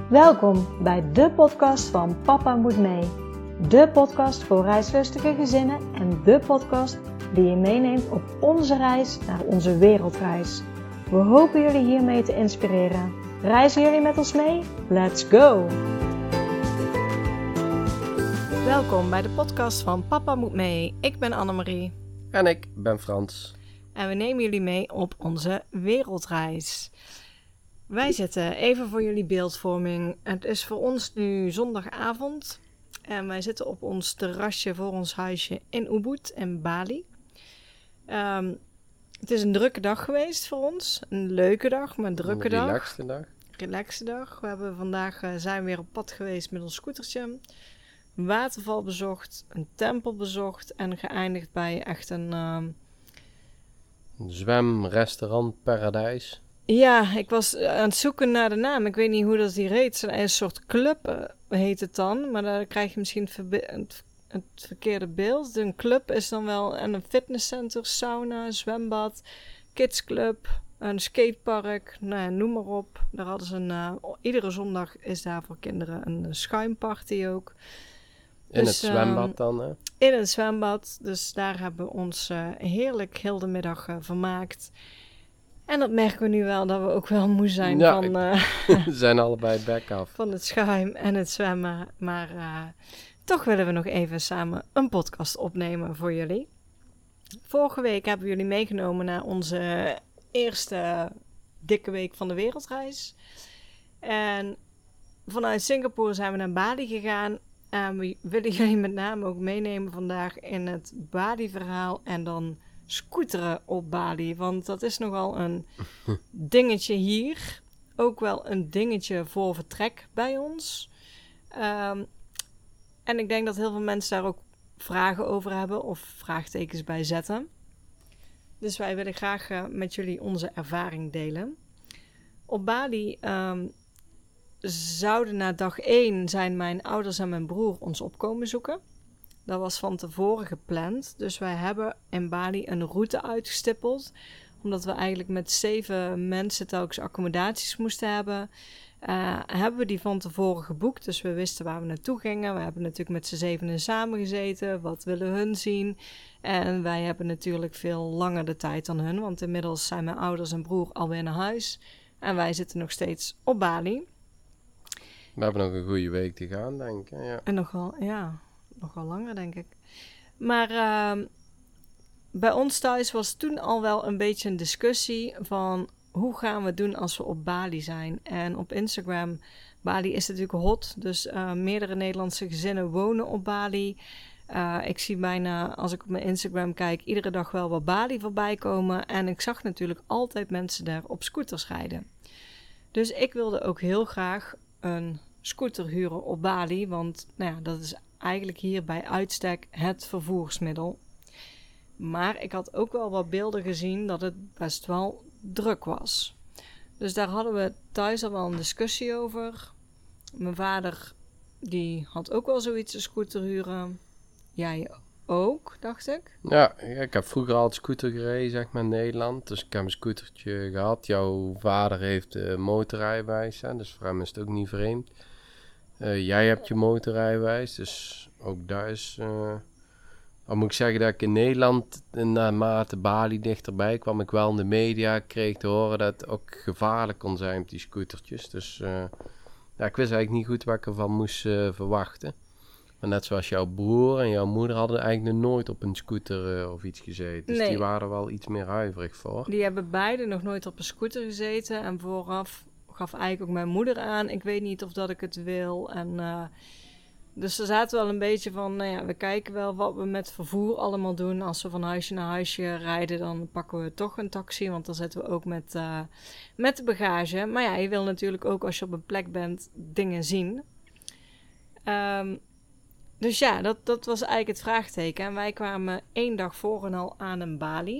Welkom bij de podcast van Papa Moet Mee. De podcast voor reislustige gezinnen en de podcast die je meeneemt op onze reis naar onze wereldreis. We hopen jullie hiermee te inspireren. Reizen jullie met ons mee? Let's go! Welkom bij de podcast van Papa Moet Mee. Ik ben Annemarie. En ik ben Frans. En we nemen jullie mee op onze wereldreis. Wij zitten even voor jullie beeldvorming. Het is voor ons nu zondagavond. En wij zitten op ons terrasje voor ons huisje in Ubud in Bali. Het is een drukke dag geweest voor ons. Een leuke dag, maar een drukke dag. Relaxte dag. We hebben vandaag zijn weer op pad geweest met ons scootertje. Een waterval bezocht, een tempel bezocht en geëindigd bij echt een zwemrestaurant paradijs. Ja, ik was aan het zoeken naar de naam. Ik weet niet hoe dat hier heet. Een soort club heet het dan. Maar daar krijg je misschien het verkeerde beeld. Een club is dan wel een fitnesscenter, sauna, zwembad, kidsclub, een skatepark. Nou ja, noem maar op. Daar hadden ze iedere zondag is daar voor kinderen een schuimparty ook. In het zwembad dan, hè? In het zwembad. Dus daar hebben we ons heerlijk heel de middag vermaakt. En dat merken we nu wel, dat we ook wel moe zijn van... we zijn allebei back af. Van het schuim en het zwemmen. Maar toch willen we nog even samen een podcast opnemen voor jullie. Vorige week hebben we jullie meegenomen naar onze eerste dikke week van de wereldreis. En vanuit Singapore zijn we naar Bali gegaan. En we willen jullie met name ook meenemen vandaag in het Bali-verhaal en dan scooteren op Bali. Want dat is nogal een dingetje hier. Ook wel een dingetje voor vertrek bij ons. En ik denk dat heel veel mensen daar ook vragen over hebben of vraagtekens bij zetten. Dus wij willen graag met jullie onze ervaring delen. Op Bali zouden na dag 1 zijn mijn ouders en mijn broer ons op komen zoeken. Dat was van tevoren gepland. Dus wij hebben in Bali een route uitgestippeld. Omdat we eigenlijk met 7 mensen telkens accommodaties moesten hebben. Hebben we die van tevoren geboekt. Dus we wisten waar we naartoe gingen. We hebben natuurlijk met z'n 7 samen gezeten. Wat willen hun zien? En wij hebben natuurlijk veel langer de tijd dan hun. Want inmiddels zijn mijn ouders en broer alweer naar huis. En wij zitten nog steeds op Bali. We hebben nog een goede week te gaan, denk ik. Ja. En nogal langer, denk ik. Maar bij ons thuis was toen al wel een beetje een discussie van hoe gaan we het doen als we op Bali zijn. En op Instagram, Bali is natuurlijk hot, dus meerdere Nederlandse gezinnen wonen op Bali. Ik zie bijna, als ik op mijn Instagram kijk, iedere dag wel wat Bali voorbij komen. En ik zag natuurlijk altijd mensen daar op scooters rijden. Dus ik wilde ook heel graag een scooter huren op Bali, want nou ja, dat is eigenlijk hier bij uitstek het vervoersmiddel. Maar ik had ook wel wat beelden gezien dat het best wel druk was. Dus daar hadden we thuis al wel een discussie over. Mijn vader die had ook wel zoiets, een scooter huren. Jij ook, dacht ik? Ja, ik heb vroeger altijd scooter gereden, zeg maar, in Nederland. Dus ik heb een scootertje gehad. Jouw vader heeft motorrijbewijs, hè? Dus voor hem is het ook niet vreemd. Jij hebt je motorrijbewijs, dus ook daar is... Dan moet ik zeggen dat ik in Nederland, naarmate Bali dichterbij kwam, ik wel in de media kreeg te horen dat het ook gevaarlijk kon zijn met die scootertjes. Dus ik wist eigenlijk niet goed wat ik ervan moest verwachten. Maar net zoals jouw broer en jouw moeder hadden eigenlijk nog nooit op een scooter of iets gezeten. Dus nee. Die waren er wel iets meer huiverig voor. Die hebben beide nog nooit op een scooter gezeten. En vooraf gaf eigenlijk ook mijn moeder aan, ik weet niet of dat ik het wil. En dus er zaten wel een beetje van, nou ja, we kijken wel wat we met vervoer allemaal doen. Als we van huisje naar huisje rijden, dan pakken we toch een taxi. Want dan zitten we ook met de bagage. Maar ja, je wil natuurlijk ook als je op een plek bent dingen zien. Dus ja, dat was eigenlijk het vraagteken. En wij kwamen 1 dag voor en al aan in Bali.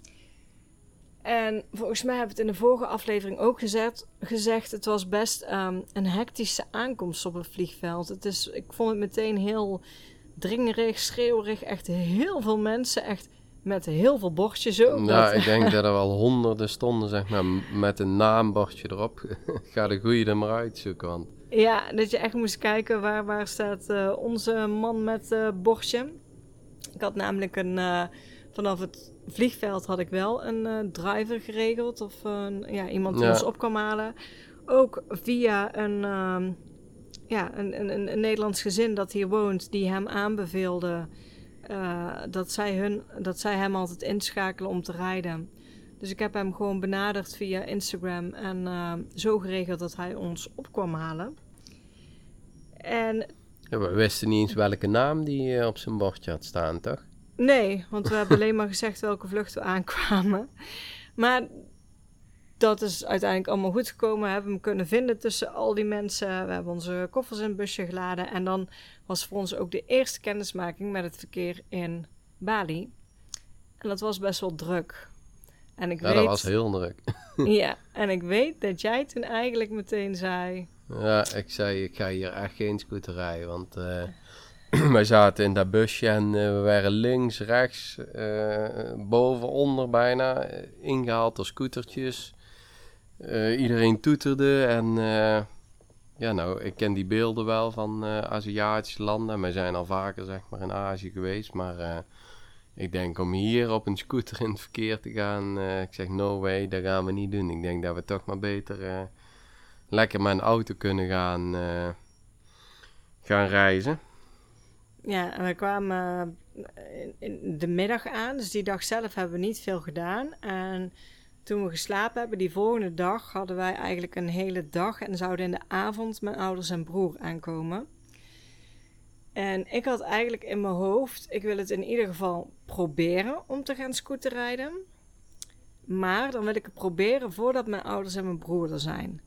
En volgens mij hebben we het in de vorige aflevering ook gezegd. Het was best een hectische aankomst op het vliegveld. Ik vond het meteen heel dringerig, schreeuwerig. Echt heel veel mensen. Echt met heel veel bordjes ook. Nou, ik denk dat er wel honderden stonden, zeg maar, met een naambordje erop. Ga de goeie er maar uitzoeken, want... Ja, dat je echt moest kijken waar staat onze man met bordje. Ik had namelijk vanaf het vliegveld had ik wel een driver geregeld. Of iemand die ons op kwam halen. Ook via een Nederlands gezin dat hier woont. Die hem aanbeveelde dat zij hem altijd inschakelen om te rijden. Dus ik heb hem gewoon benaderd via Instagram. En zo geregeld dat hij ons op kwam halen. En... Ja, we wisten niet eens welke naam die op zijn bordje had staan, toch? Nee, want we hebben alleen maar gezegd welke vlucht we aankwamen. Maar dat is uiteindelijk allemaal goed gekomen. We hebben hem kunnen vinden tussen al die mensen. We hebben onze koffers in het busje geladen. En dan was voor ons ook de eerste kennismaking met het verkeer in Bali. En dat was best wel druk. En dat was heel druk. Ja, en ik weet dat jij toen eigenlijk meteen zei... Ja, ik zei, ik ga hier echt geen scooter rijden, want wij zaten in dat busje en we waren links, rechts, boven, onder bijna, ingehaald door scootertjes. Iedereen toeterde en ik ken die beelden wel van Aziatische landen. Wij zijn al vaker zeg maar in Azië geweest, maar ik denk om hier op een scooter in het verkeer te gaan, ik zeg no way, dat gaan we niet doen. Ik denk dat we toch maar beter... lekker met een auto kunnen gaan reizen. Ja, en we kwamen in de middag aan. Dus die dag zelf hebben we niet veel gedaan. En toen we geslapen hebben, die volgende dag... hadden wij eigenlijk een hele dag... en zouden in de avond mijn ouders en broer aankomen. En ik had eigenlijk in mijn hoofd... ik wil het in ieder geval proberen om te gaan scooterrijden. Maar dan wil ik het proberen voordat mijn ouders en mijn broer er zijn...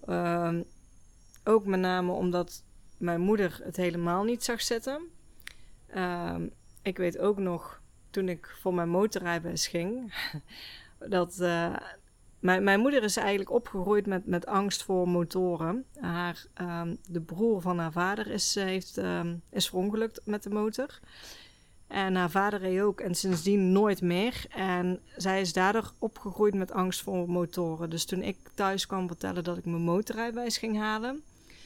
ook met name omdat mijn moeder het helemaal niet zag zitten. Ik weet ook nog, toen ik voor mijn motorrijbewijs ging... dat mijn moeder is eigenlijk opgegroeid met angst voor motoren. De broer van haar vader is verongelukt met de motor... En haar vader reed ook en sindsdien nooit meer. En zij is daardoor opgegroeid met angst voor motoren. Dus toen ik thuis kwam vertellen dat ik mijn motorrijbewijs ging halen...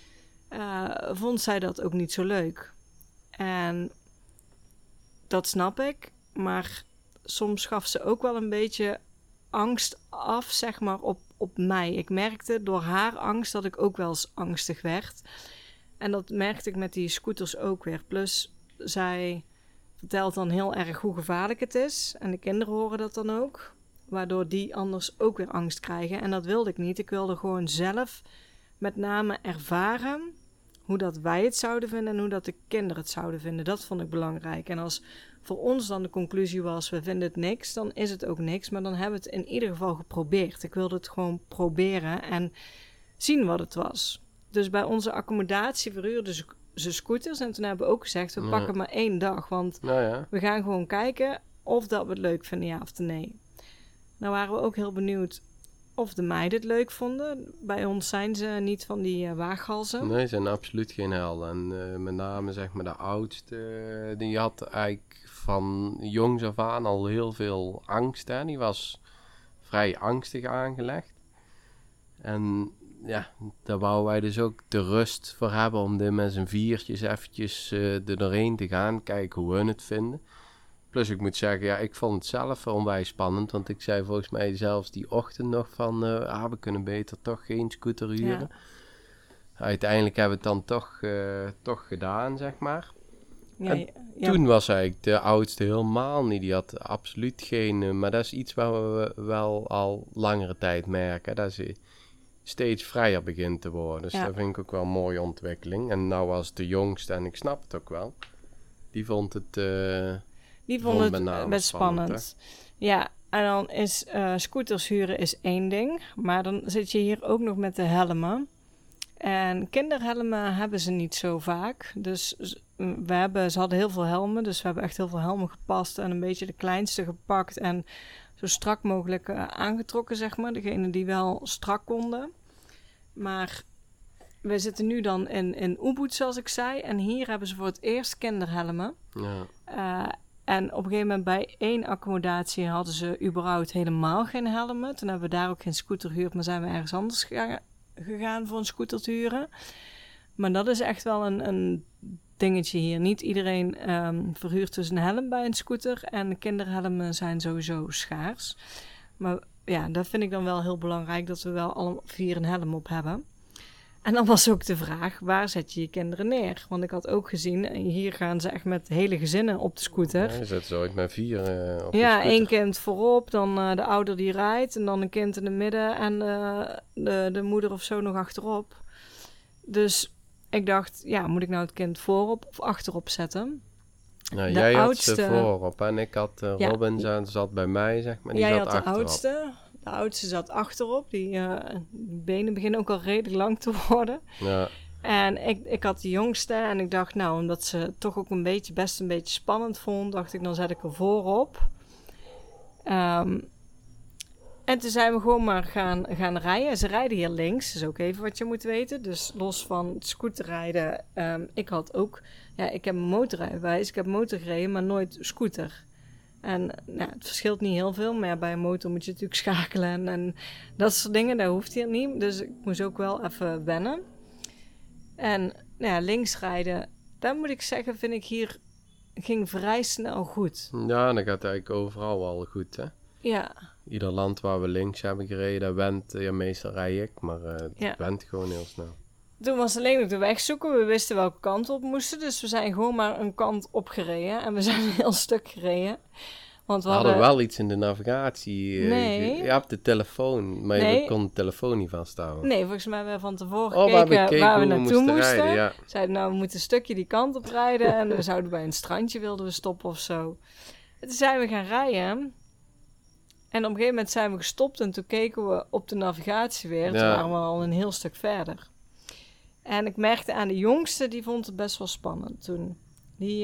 vond zij dat ook niet zo leuk. En dat snap ik. Maar soms gaf ze ook wel een beetje angst af, zeg maar, op mij. Ik merkte door haar angst dat ik ook wel eens angstig werd. En dat merkte ik met die scooters ook weer. Plus, zij... vertelt dan heel erg hoe gevaarlijk het is. En de kinderen horen dat dan ook. Waardoor die anders ook weer angst krijgen. En dat wilde ik niet. Ik wilde gewoon zelf met name ervaren... hoe dat wij het zouden vinden en hoe dat de kinderen het zouden vinden. Dat vond ik belangrijk. En als voor ons dan de conclusie was... we vinden het niks, dan is het ook niks. Maar dan hebben we het in ieder geval geprobeerd. Ik wilde het gewoon proberen en zien wat het was. Dus bij onze accommodatie verhuurden ze scooters. En toen hebben we ook gezegd, we pakken maar 1 dag. Want we gaan gewoon kijken of dat we het leuk vinden, ja of nee. Nou waren we ook heel benieuwd of de meiden het leuk vonden. Bij ons zijn ze niet van die waaghalzen. Nee, ze zijn absoluut geen helden. En met name zeg maar de oudste, die had eigenlijk van jongs af aan al heel veel angst. Hè? Die was vrij angstig aangelegd. En ja, daar wouden wij dus ook de rust voor hebben om er met z'n viertjes eventjes er doorheen te gaan. Kijken hoe hun het vinden. Plus ik moet zeggen, ja, ik vond het zelf onwijs spannend. Want ik zei volgens mij zelfs die ochtend nog van... we kunnen beter toch geen scooter huren. Ja. Uiteindelijk hebben we het dan toch gedaan, zeg maar. Ja, toen was eigenlijk de oudste helemaal niet. Die had absoluut geen... maar dat is iets waar we wel al langere tijd merken. Dat ze steeds vrijer begint te worden. Dus dat vind ik ook wel een mooie ontwikkeling. En nou was de jongste, en ik snap het ook wel. Die vond het... Die vond het best spannend. Ja, en dan is scooters huren is 1 ding. Maar dan zit je hier ook nog met de helmen. En kinderhelmen hebben ze niet zo vaak. Dus ze hadden heel veel helmen. Dus we hebben echt heel veel helmen gepast. En een beetje de kleinste gepakt. En zo strak mogelijk aangetrokken, zeg maar. Degene die wel strak konden. Maar we zitten nu dan in Ubud, zoals ik zei. En hier hebben ze voor het eerst kinderhelmen. Ja. En op een gegeven moment bij 1 accommodatie hadden ze überhaupt helemaal geen helmen. Toen hebben we daar ook geen scooter gehuurd, maar zijn we ergens anders gegaan voor een scooter te huren. Maar dat is echt wel een dingetje hier. Niet iedereen verhuurt dus een helm bij een scooter. En kinderhelmen zijn sowieso schaars. Maar ja, dat vind ik dan wel heel belangrijk, dat we wel alle 4 een helm op hebben. En dan was ook de vraag, waar zet je je kinderen neer? Want ik had ook gezien, hier gaan ze echt met hele gezinnen op de scooter. Ja, je zet ze ooit met 4 op de scooter. Ja, 1 kind voorop, dan de ouder die rijdt en dan een kind in het midden en de moeder of zo nog achterop. Dus ik dacht, ja, moet ik nou het kind voorop of achterop zetten? Nou, jij oudste... had ze voorop en ik had Robin, zat bij mij, zeg maar. Die jij zat had de achterop. oudste. De oudste zat achterop. Die benen beginnen ook al redelijk lang te worden. Ja. En ik had de jongste en ik dacht, nou, omdat ze toch ook best een beetje spannend vond, dacht ik, dan zet ik er voorop. En toen zijn we gewoon maar gaan rijden. Ze rijden hier links, dat is ook even wat je moet weten. Dus los van het scooterrijden, ik had ook... Ja, ik heb een motorrijbewijs, ik heb motor gereden, maar nooit scooter. En nou, het verschilt niet heel veel, maar ja, bij een motor moet je natuurlijk schakelen en dat soort dingen, dat hoeft hier niet. Dus ik moest ook wel even wennen. En nou ja, links rijden, dat moet ik zeggen, vind ik hier ging vrij snel goed. Ja, dan gaat het eigenlijk overal wel goed, hè? Ja. Ieder land waar we links hebben gereden, dat went, meestal rij ik, maar het went gewoon heel snel. Toen was alleen nog de weg zoeken. We wisten welke kant op moesten. Dus we zijn gewoon maar een kant op gereden. En we zijn een heel stuk gereden. Want we hadden wel iets in de navigatie. Nee. Je hebt de telefoon, maar je kon de telefoon niet vasthouden. Nee, volgens mij hebben we van tevoren gekeken waar we naartoe moesten. Rijden, ja. Zeiden nou, we moeten een stukje die kant op rijden. En we zouden bij een strandje wilden we stoppen of zo. En toen zijn we gaan rijden. En op een gegeven moment zijn we gestopt. En toen keken we op de navigatie weer. Toen waren we al een heel stuk verder. En ik merkte aan de jongste, die vond het best wel spannend toen. Die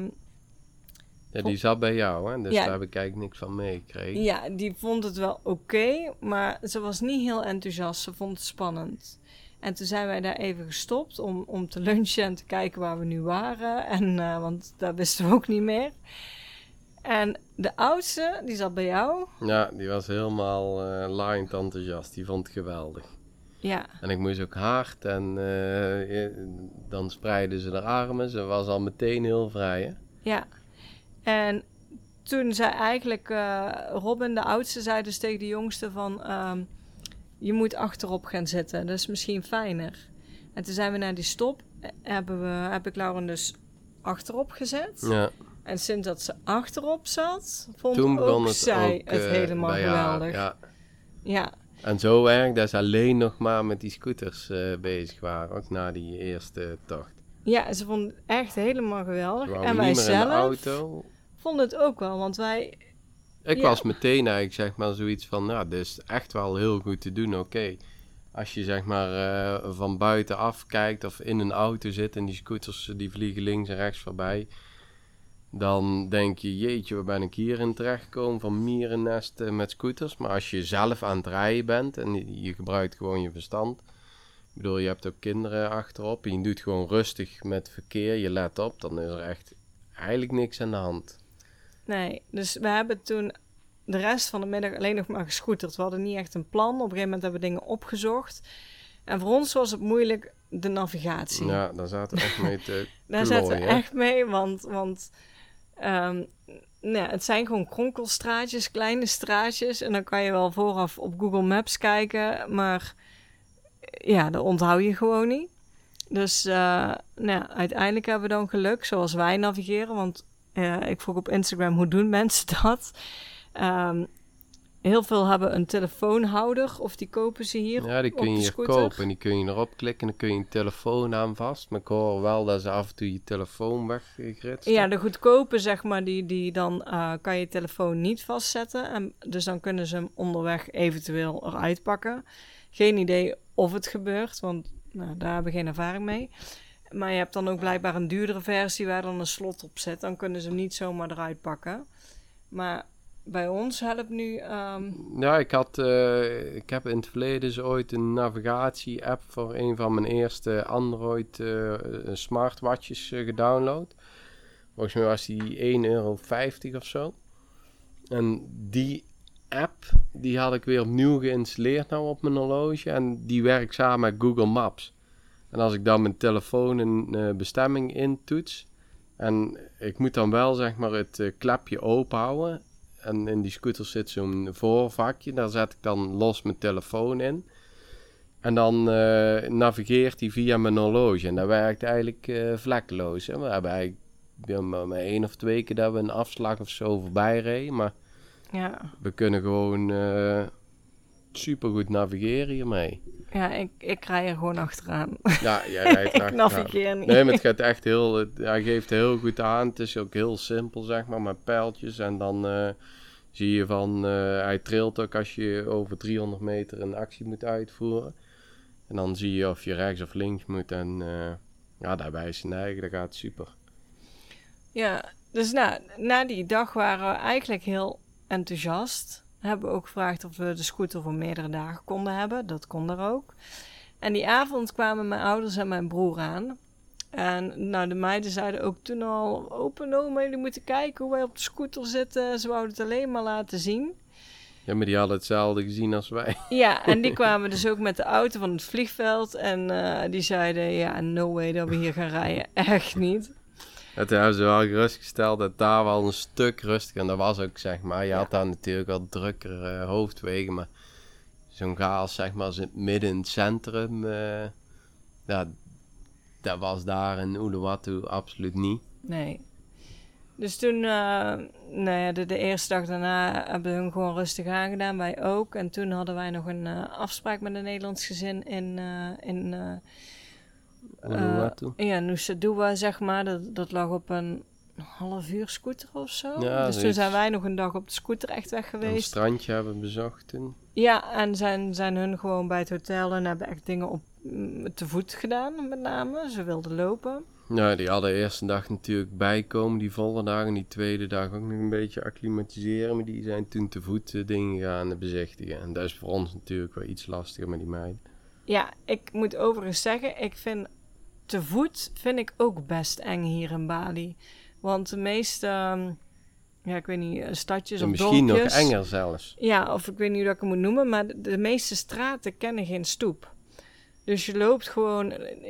zat bij jou, hè? Dus daar heb ik eigenlijk niks van meegekregen. Ja, die vond het wel oké, maar ze was niet heel enthousiast. Ze vond het spannend. En toen zijn wij daar even gestopt om te lunchen en te kijken waar we nu waren. En, want daar wisten we ook niet meer. En de oudste, die zat bij jou. Ja, die was helemaal laaiend enthousiast. Die vond het geweldig. Ja. En ik moest ook hard en dan spreidden ze haar armen. Ze was al meteen heel vrij, hè? Ja. En toen zei eigenlijk Robin, de oudste, zei dus tegen de jongste van... je moet achterop gaan zitten, dat is misschien fijner. En toen zijn we naar die stop, heb ik Lauren dus achterop gezet. Ja. En sinds dat ze achterop zat, vond ook zij het helemaal geweldig. Ja. Ja. En zo erg dat ze alleen nog maar met die scooters bezig waren, ook na die eerste tocht. Ja, ze vond het echt helemaal geweldig. En wij niet meer zelf in de auto. vonden het ook wel, want wij... Ik was meteen eigenlijk zeg maar zoiets van, nou, dit is echt wel heel goed te doen, oké. Als je zeg maar van buitenaf kijkt of in een auto zit en die scooters die vliegen links en rechts voorbij... Dan denk je, jeetje, waar ben ik hier in terechtgekomen van mierennesten met scooters. Maar als je zelf aan het rijden bent en je gebruikt gewoon je verstand. Ik bedoel, je hebt ook kinderen achterop en je doet gewoon rustig met verkeer. Je let op, dan is er echt eigenlijk niks aan de hand. Nee, dus we hebben toen de rest van de middag alleen nog maar gescooterd. We hadden niet echt een plan. Op een gegeven moment hebben we dingen opgezocht. En voor ons was het moeilijk de navigatie. Ja, daar zaten we echt mee te Daar zaten we echt mee, want het zijn gewoon kronkelstraatjes, kleine straatjes. En dan kan je wel vooraf op Google Maps kijken. Maar ja, dat onthoud je gewoon niet. Dus uiteindelijk hebben we dan geluk, zoals wij navigeren. Want ik vroeg op Instagram, hoe doen mensen dat? Heel veel hebben een telefoonhouder of die kopen ze hier. Ja, die kun je hier kopen en die kun je erop klikken en dan kun je je telefoon aan vast. Maar ik hoor wel dat ze af en toe je telefoon weggritsen. Ja, de goedkope zeg maar, die dan kan je telefoon niet vastzetten. En dus dan kunnen ze hem onderweg eventueel eruit pakken. Geen idee of het gebeurt, want daar hebben we geen ervaring mee. Maar je hebt dan ook blijkbaar een duurdere versie waar dan een slot op zit. Dan kunnen ze hem niet zomaar eruit pakken. Maar bij ons helpt nu... Ja, ik heb in het verleden zo ooit een navigatie-app voor een van mijn eerste Android smartwatches gedownload. Volgens mij was die €1,50 of zo. En die app, die had ik weer opnieuw geïnstalleerd nou op mijn horloge. En die werkt samen met Google Maps. En als ik dan mijn telefoon een bestemming intoets... En ik moet dan wel zeg maar het klepje open houden. En in die scooter zit zo'n voorvakje. Daar zet ik dan los mijn telefoon in. En dan navigeert hij via mijn horloge. En dat werkt eigenlijk vlekkeloos. Hè? We hebben eigenlijk maar 1 of 2 keer dat we een afslag of zo voorbij reden. Maar we kunnen gewoon supergoed navigeren hiermee. Ja, ik rij er gewoon achteraan. Ja, jij rijdt achteraan. Ik navigeer niet. Nee, maar het gaat echt hij geeft heel goed aan. Het is ook heel simpel, zeg maar, met pijltjes. En dan zie je hij trilt ook als je over 300 meter een actie moet uitvoeren. En dan zie je of je rechts of links moet. En daar wijst je eigen, dat gaat super. Ja, dus na die dag waren we eigenlijk heel enthousiast. Hebben we ook gevraagd of we de scooter voor meerdere dagen konden hebben. Dat kon er ook. En die avond kwamen mijn ouders en mijn broer aan. En de meiden zeiden ook toen al... Open oma, jullie moeten kijken hoe wij op de scooter zitten. Ze wouden het alleen maar laten zien. Ja, maar die hadden hetzelfde gezien als wij. Ja, en die kwamen dus ook met de auto van het vliegveld. En die zeiden, ja, no way dat we hier gaan rijden. Echt niet. Het hebben ze wel gerustgesteld dat daar wel een stuk rustiger. En dat was ook, zeg maar, je had daar natuurlijk wel drukker hoofdwegen. Maar zo'n chaos, zeg maar, midden in het centrum, dat was daar in Uluwatu absoluut niet. Nee. Dus toen, de eerste dag daarna hebben we hem gewoon rustig aangedaan, wij ook. En toen hadden wij nog een afspraak met een Nederlands gezin in Nusa Dua, zeg maar. Dat lag op een half uur scooter of zo. Ja, dus toen zijn wij nog een dag op de scooter echt weg geweest. Een strandje hebben bezocht toen. Ja, en zijn hun gewoon bij het hotel en hebben echt dingen te voet gedaan, met name. Ze wilden lopen. Ja, die hadden de eerste dag natuurlijk bijkomen, die volle dag. En die tweede dag ook nog een beetje acclimatiseren. Maar die zijn toen te voet dingen gaan bezichtigen. En dat is voor ons natuurlijk wel iets lastiger met die meiden. Ja, ik moet overigens zeggen, te voet vind ik ook best eng hier in Bali. Want de meeste, ik weet niet, stadjes of misschien dorpjes... Misschien nog enger zelfs. Ja, of ik weet niet hoe dat ik het moet noemen, maar de meeste straten kennen geen stoep. Dus je loopt gewoon...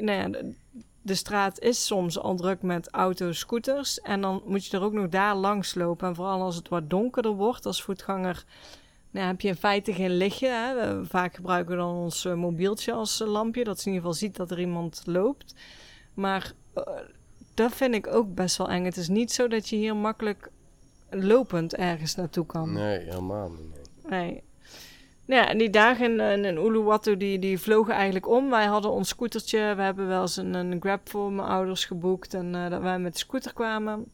De straat is soms al druk met auto's, scooters. En dan moet je er ook nog daar langs lopen. En vooral als het wat donkerder wordt als voetganger... heb je in feite geen lichtje. Hè? Vaak gebruiken we dan ons mobieltje als lampje. Dat ze in ieder geval ziet dat er iemand loopt. Maar dat vind ik ook best wel eng. Het is niet zo dat je hier makkelijk lopend ergens naartoe kan. Nee, helemaal niet. Nee. Ja, en die dagen in Uluwatu, die vlogen eigenlijk om. Wij hadden ons scootertje. We hebben wel eens een Grab voor mijn ouders geboekt. En dat wij met de scooter kwamen.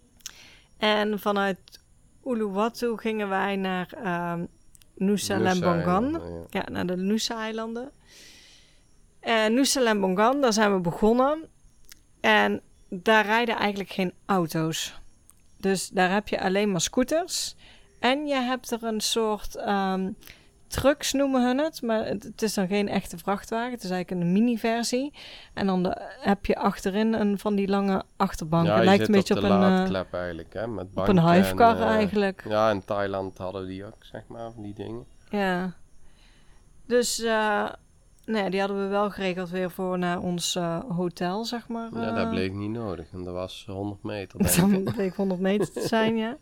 En vanuit Uluwatu gingen wij naar Nusa Lembongan. Ja, naar de Nusa-eilanden. En Nusa Lembongan, daar zijn we begonnen. En daar rijden eigenlijk geen auto's. Dus daar heb je alleen maar scooters. En je hebt er een soort... trucks noemen hun het, maar het is dan geen echte vrachtwagen. Het is eigenlijk een mini-versie. En dan heb je achterin een van die lange achterbanken. Ja, lijkt een beetje op een laadklep eigenlijk, hè? Met op een hivecar eigenlijk. Ja, in Thailand hadden we die ook, zeg maar, van die dingen. Ja. Dus, die hadden we wel geregeld weer voor naar ons hotel, zeg maar. Ja, dat bleek niet nodig. En dat was 100 meter, denk ik. Dat bleek 100 meter te zijn, ja.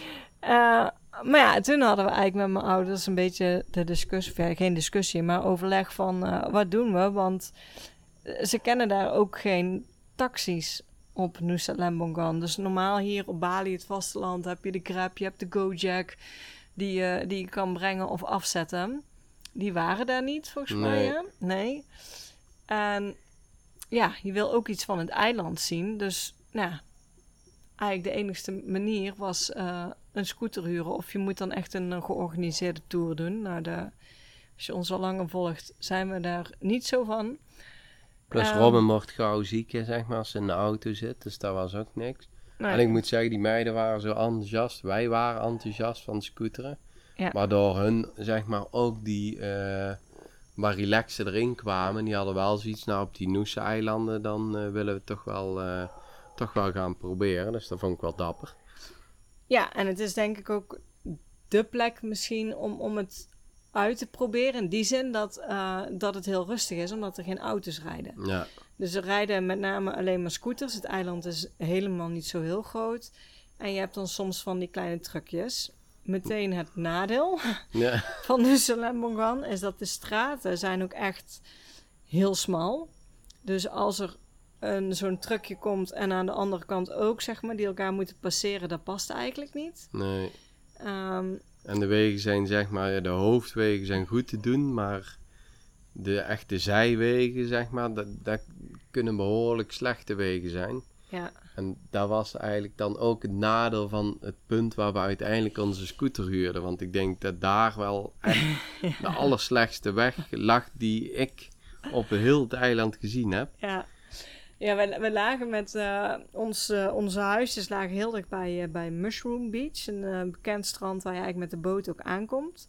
Maar ja, toen hadden we eigenlijk met mijn ouders een beetje de discussie, geen discussie, maar overleg van wat doen we? Want ze kennen daar ook geen taxis op Nusa Lembongan. Dus normaal hier op Bali, het vasteland, heb je de Grab, je hebt de Gojek die je kan brengen of afzetten. Die waren daar niet, volgens mij. Hè? Nee. En ja, je wil ook iets van het eiland zien. Dus eigenlijk de enigste manier was een scooter huren. Of je moet dan echt een georganiseerde tour doen. Als je ons al langer volgt, zijn we daar niet zo van. Plus Robin wordt gauw ziek, zeg maar, als ze in de auto zit. Dus dat was ook niks. Nee. En ik moet zeggen, die meiden waren zo enthousiast. Wij waren enthousiast van scooteren. Ja. Waardoor hun, zeg maar, ook die... waar relaxen erin kwamen. Die hadden wel zoiets, op die Nusa-eilanden, dan willen we toch wel gaan proberen. Dus dat vond ik wel dapper. Ja, en het is denk ik ook de plek misschien om het uit te proberen. In die zin dat het heel rustig is, omdat er geen auto's rijden. Ja. Dus er rijden met name alleen maar scooters. Het eiland is helemaal niet zo heel groot. En je hebt dan soms van die kleine truckjes. Meteen het nadeel van Nusa Lembongan is dat de straten zijn ook echt heel smal. Dus als er zo'n truckje komt en aan de andere kant ook, zeg maar, die elkaar moeten passeren, dat past eigenlijk niet. Nee. En de wegen zijn, zeg maar, de hoofdwegen zijn goed te doen, maar de echte zijwegen, zeg maar, dat kunnen behoorlijk slechte wegen zijn. Ja. En dat was eigenlijk dan ook het nadeel van het punt waar we uiteindelijk onze scooter huurden. Want ik denk dat daar wel echt de allerslechtste weg lag die ik op heel het eiland gezien heb. Ja, we lagen met onze huisjes lagen heel dicht bij Mushroom Beach. Een bekend strand waar je eigenlijk met de boot ook aankomt.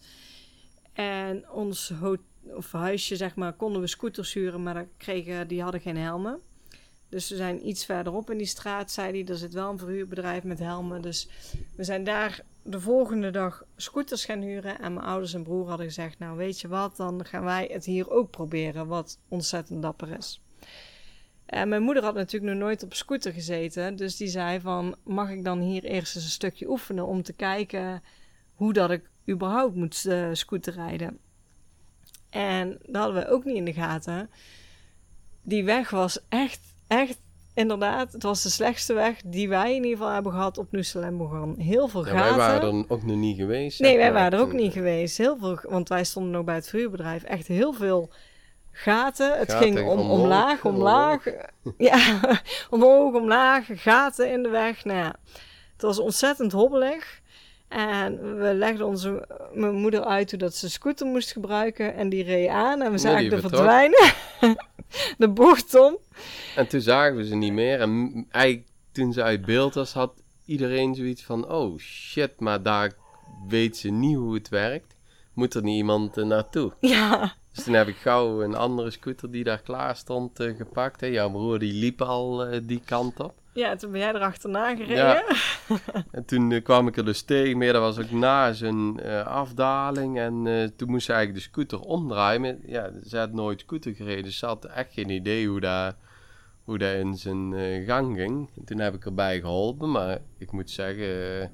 En ons huisje, zeg maar, konden we scooters huren, maar die hadden geen helmen. Dus we zijn iets verderop in die straat, zei hij, er zit wel een verhuurbedrijf met helmen. Dus we zijn daar de volgende dag scooters gaan huren. En mijn ouders en broer hadden gezegd, nou weet je wat, dan gaan wij het hier ook proberen, wat ontzettend dapper is. En mijn moeder had natuurlijk nog nooit op een scooter gezeten. Dus die zei van, mag ik dan hier eerst eens een stukje oefenen om te kijken hoe dat ik überhaupt moet scooterrijden. En dat hadden we ook niet in de gaten. Die weg was echt, inderdaad, het was de slechtste weg die wij in ieder geval hebben gehad op Nusa Lembongan. Heel veel gaten. Wij waren er ook nog niet geweest. Nee, wij waren er ook niet geweest. Heel veel, want wij stonden nog bij het verhuurbedrijf. Echt heel veel gaten. Het ging omlaag. Ja, omlaag, gaten in de weg. Nou ja, het was ontzettend hobbelig. En we legden mijn moeder uit hoe dat ze scooter moest gebruiken. En die reed aan en we zagen er verdwijnen. De bocht om. En toen zagen we ze niet meer. En eigenlijk toen ze uit beeld was, had iedereen zoiets van, oh shit, maar daar weet ze niet hoe het werkt. Moet er niet iemand naartoe? Ja. Dus toen heb ik gauw een andere scooter die daar klaar stond gepakt. Hè. Jouw broer die liep al die kant op. Ja, toen ben jij er achterna gereden. Ja. En toen kwam ik er dus tegen. Maar dat was ook na zijn afdaling. En toen moest ze eigenlijk de scooter omdraaien. Maar, ja, ze had nooit scooter gereden. Dus ze had echt geen idee hoe dat in zijn gang ging. En toen heb ik erbij geholpen. Maar ik moet zeggen,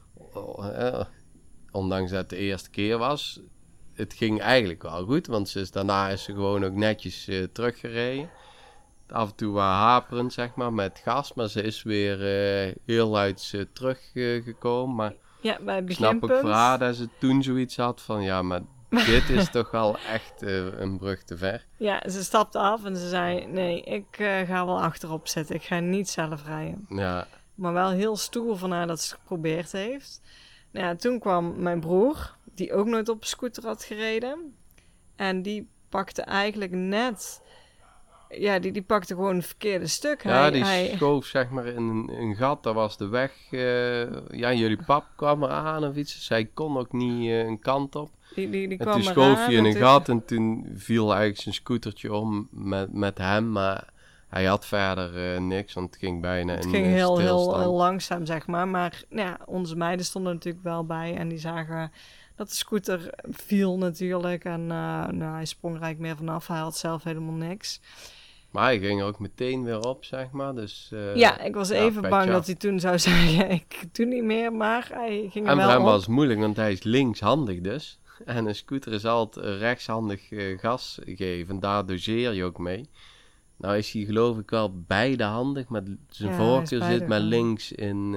ondanks dat het de eerste keer was, het ging eigenlijk wel goed. Want daarna is ze gewoon ook netjes teruggereden. Af en toe wat haperend, zeg maar, met gas. Maar ze is weer heel luid teruggekomen. Maar ja, bij het ik snap ook voor haar dat ze toen zoiets had van, ja, maar dit is toch wel echt een brug te ver. Ja, ze stapte af en ze zei, nee, ik ga wel achterop zitten. Ik ga niet zelf rijden. Ja. Maar wel heel stoer van haar dat ze het geprobeerd heeft. Nou ja, toen kwam mijn broer, die ook nooit op een scooter had gereden. En die pakte eigenlijk net... Ja, die pakte gewoon het verkeerde stuk. Ja, hij schoof zeg maar in een gat. Dat was de weg. Ja, jullie pap kwam eraan of iets. Dus hij kon ook niet een kant op. Die en toen schoof hij in een gat. En toen viel eigenlijk zijn scootertje om met hem. Maar hij had verder niks. Want het ging bijna in stilstand. Het ging heel langzaam, zeg maar. Maar ja, onze meiden stonden natuurlijk wel bij. En die zagen dat de scooter viel natuurlijk. En hij sprong er eigenlijk meer vanaf. Hij had zelf helemaal niks. Maar hij ging er ook meteen weer op, zeg maar. Dus, ja, ik was even bang dat hij toen zou zeggen, ik doe niet meer, maar hij ging er wel op. En voor hem was het moeilijk, want hij is linkshandig dus. En een scooter is altijd rechtshandig gas geven. Daar doseer je ook mee. Nou is hij geloof ik wel beide-handig, maar zijn voorkeur zit met links in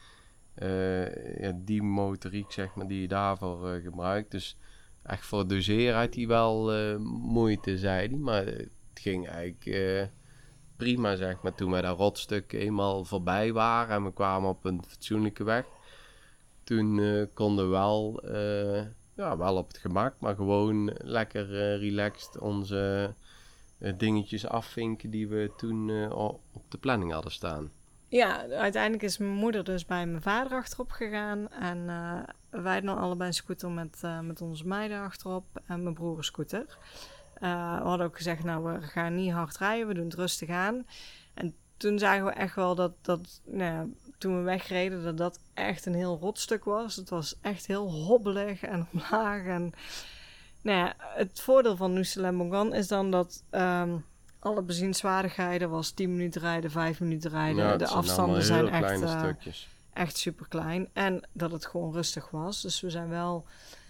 die motoriek, zeg maar, die je daarvoor gebruikt. Dus echt voor doseren had hij wel moeite, zei hij, maar... Het ging eigenlijk prima, zeg maar, toen wij dat rotstuk eenmaal voorbij waren en we kwamen op een fatsoenlijke weg. Toen konden we wel op het gemak, maar gewoon lekker relaxed onze dingetjes afvinken die we toen op de planning hadden staan. Ja, uiteindelijk is mijn moeder dus bij mijn vader achterop gegaan en wij dan allebei een scooter met onze meiden achterop en mijn broer een scooter. We hadden ook gezegd, nou, we gaan niet hard rijden, we doen het rustig aan. En toen zagen we echt wel dat toen we wegreden, dat echt een heel rotstuk was. Het was echt heel hobbelig en omlaag. En Nou ja, het voordeel van Nusa Lembongan is dan dat alle bezienswaardigheden was 10 minuten rijden, 5 minuten rijden. Ja, de zijn afstanden zijn heel kleine echt, stukjes. echt super klein. En dat het gewoon rustig was. Dus we zijn wel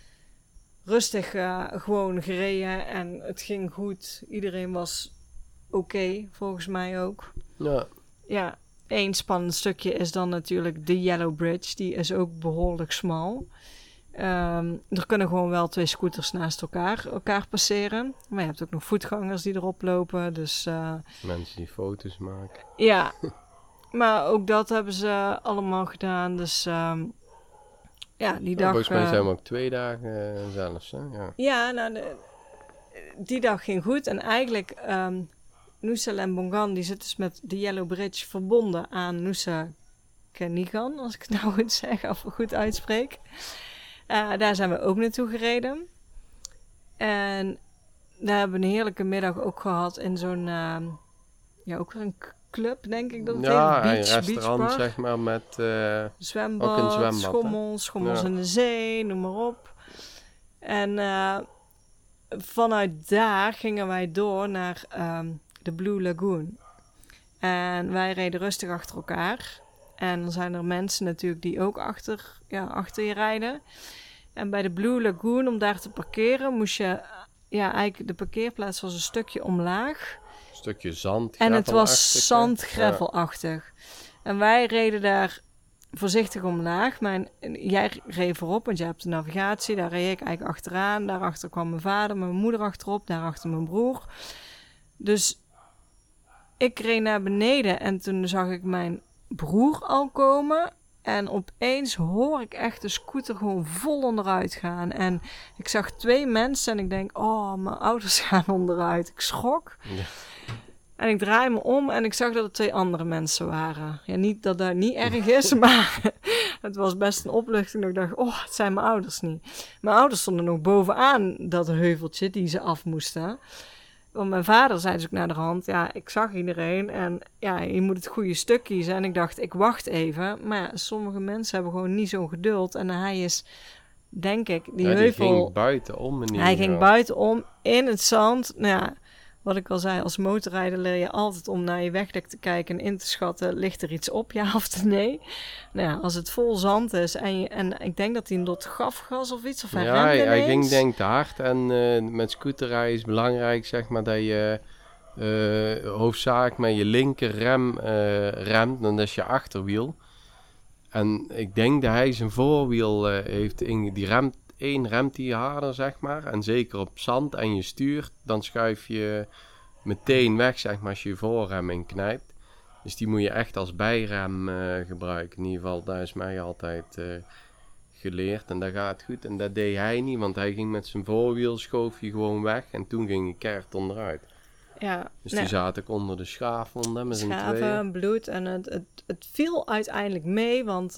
rustig gewoon gereden en het ging goed. Iedereen was oké, volgens mij ook. Ja. Ja, één spannend stukje is dan natuurlijk de Yellow Bridge. Die is ook behoorlijk smal. Er kunnen gewoon wel 2 scooters naast elkaar passeren. Maar je hebt ook nog voetgangers die erop lopen. Dus, mensen die foto's maken. Ja, maar ook dat hebben ze allemaal gedaan. Dus ja, die dag... Volgens mij zijn we ook 2 dagen zelfs. Hè? Ja, Ja, nou, die dag ging goed. En eigenlijk, Nusa Lembongan, die zit dus met de Yellow Bridge verbonden aan Nusa Kenigan, als ik het nou goed zeg of goed uitspreek. Daar zijn we ook naartoe gereden. En daar hebben we een heerlijke middag ook gehad in zo'n, ja, ook weer een club, denk ik dat het ja heet. een restaurant beachbar. zeg maar met Zwembad, ook een zwembad, schommels Ja. in de zee, noem maar op. En vanuit daar gingen wij door naar de Blue Lagoon. En wij reden rustig achter elkaar. En dan zijn er mensen natuurlijk die ook achter je rijden. En bij de Blue Lagoon, om daar te parkeren, moest je... Ja, eigenlijk de parkeerplaats was een stukje omlaag. een stukje zand. En het was gravelachtig, hè? zand-gravelachtig. En wij reden daar voorzichtig omlaag. Jij reed voorop, want jij hebt de navigatie. Daar reed ik eigenlijk achteraan. Daarachter kwam mijn vader, mijn moeder achterop. Daarachter mijn broer. Dus ik reed naar beneden en toen zag ik mijn broer al komen. En opeens hoor ik echt de scooter gewoon vol onderuit gaan. En ik zag 2 mensen en ik denk, oh, mijn ouders gaan onderuit. Ik schrok. Ja. En ik draai me om en ik zag dat het 2 andere mensen waren. Ja, niet dat dat niet erg is, maar het was best een opluchting. Dat ik dacht, oh, het zijn mijn ouders niet. Mijn ouders stonden nog bovenaan dat heuveltje die ze af moesten. Want mijn vader zei dus ook naar de hand, ja, ik zag iedereen en ja, je moet het goede stuk kiezen. En ik dacht, ik wacht even. Maar ja, sommige mensen hebben gewoon niet zo'n geduld. En hij is, denk ik, die heuvel... Die ging buitenom. Hij ging buitenom in het zand. Nou ja, wat ik al zei, als motorrijder leer je altijd om naar je wegdek te kijken en in te schatten, ligt er iets op, ja of nee? Nou ja, als het vol zand is en ik denk dat hij een dot gafgas of iets, of hij remde hij ineens. ging denk te hard en met scooterrijden is belangrijk zeg maar dat je hoofdzakelijk met je linker rem remt, dan is je achterwiel. En ik denk dat hij zijn voorwiel heeft, die remt, remt hij harder zeg maar, en zeker op zand en je stuurt, dan schuif je meteen weg zeg maar als je je voorrem inknijpt. Dus die moet je echt als bijrem gebruiken. In ieder geval, daar is mij altijd geleerd en dat gaat goed. En dat deed hij niet, want hij ging met zijn voorwiel, schoof je gewoon weg en toen ging je keihard onderuit. Ja, Dus die zaten ook onder de schaafwond met z'n tweeën. Schaven, bloed en het viel uiteindelijk mee, want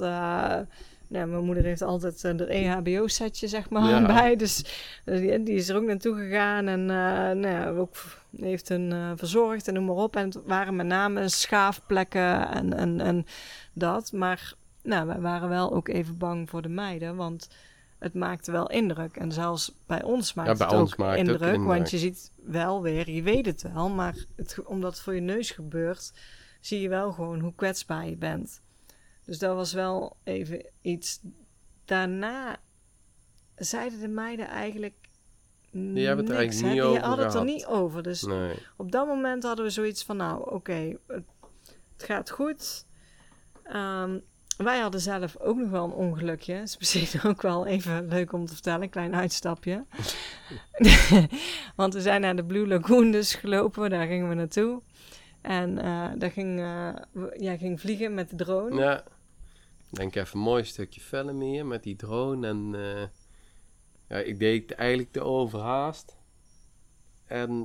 mijn moeder heeft altijd er EHBO-setje zeg maar bij, dus die is er ook naartoe gegaan en ook heeft hen verzorgd en noem maar op. En het waren met name schaafplekken en dat, maar wij waren wel ook even bang voor de meiden, want het maakte wel indruk. En zelfs bij ons maakt het ook indruk. Want je ziet wel weer, je weet het wel, maar omdat het voor je neus gebeurt, zie je wel gewoon hoe kwetsbaar je bent. Dus dat was wel even iets. Daarna zeiden de meiden eigenlijk Die hebben het er eigenlijk niet over Die hadden het er gehad. niet over. Dus Nee. op dat moment hadden we zoiets van, oké, het gaat goed. Wij hadden zelf ook nog wel een ongelukje. Dat is misschien ook wel even leuk om te vertellen. Een klein uitstapje. Want we zijn naar de Blue Lagoon dus gelopen. Daar gingen we naartoe. En daar ging vliegen met de drone. Ja. Ik denk even een mooi stukje film hier met die drone. En ik deed eigenlijk te overhaast. En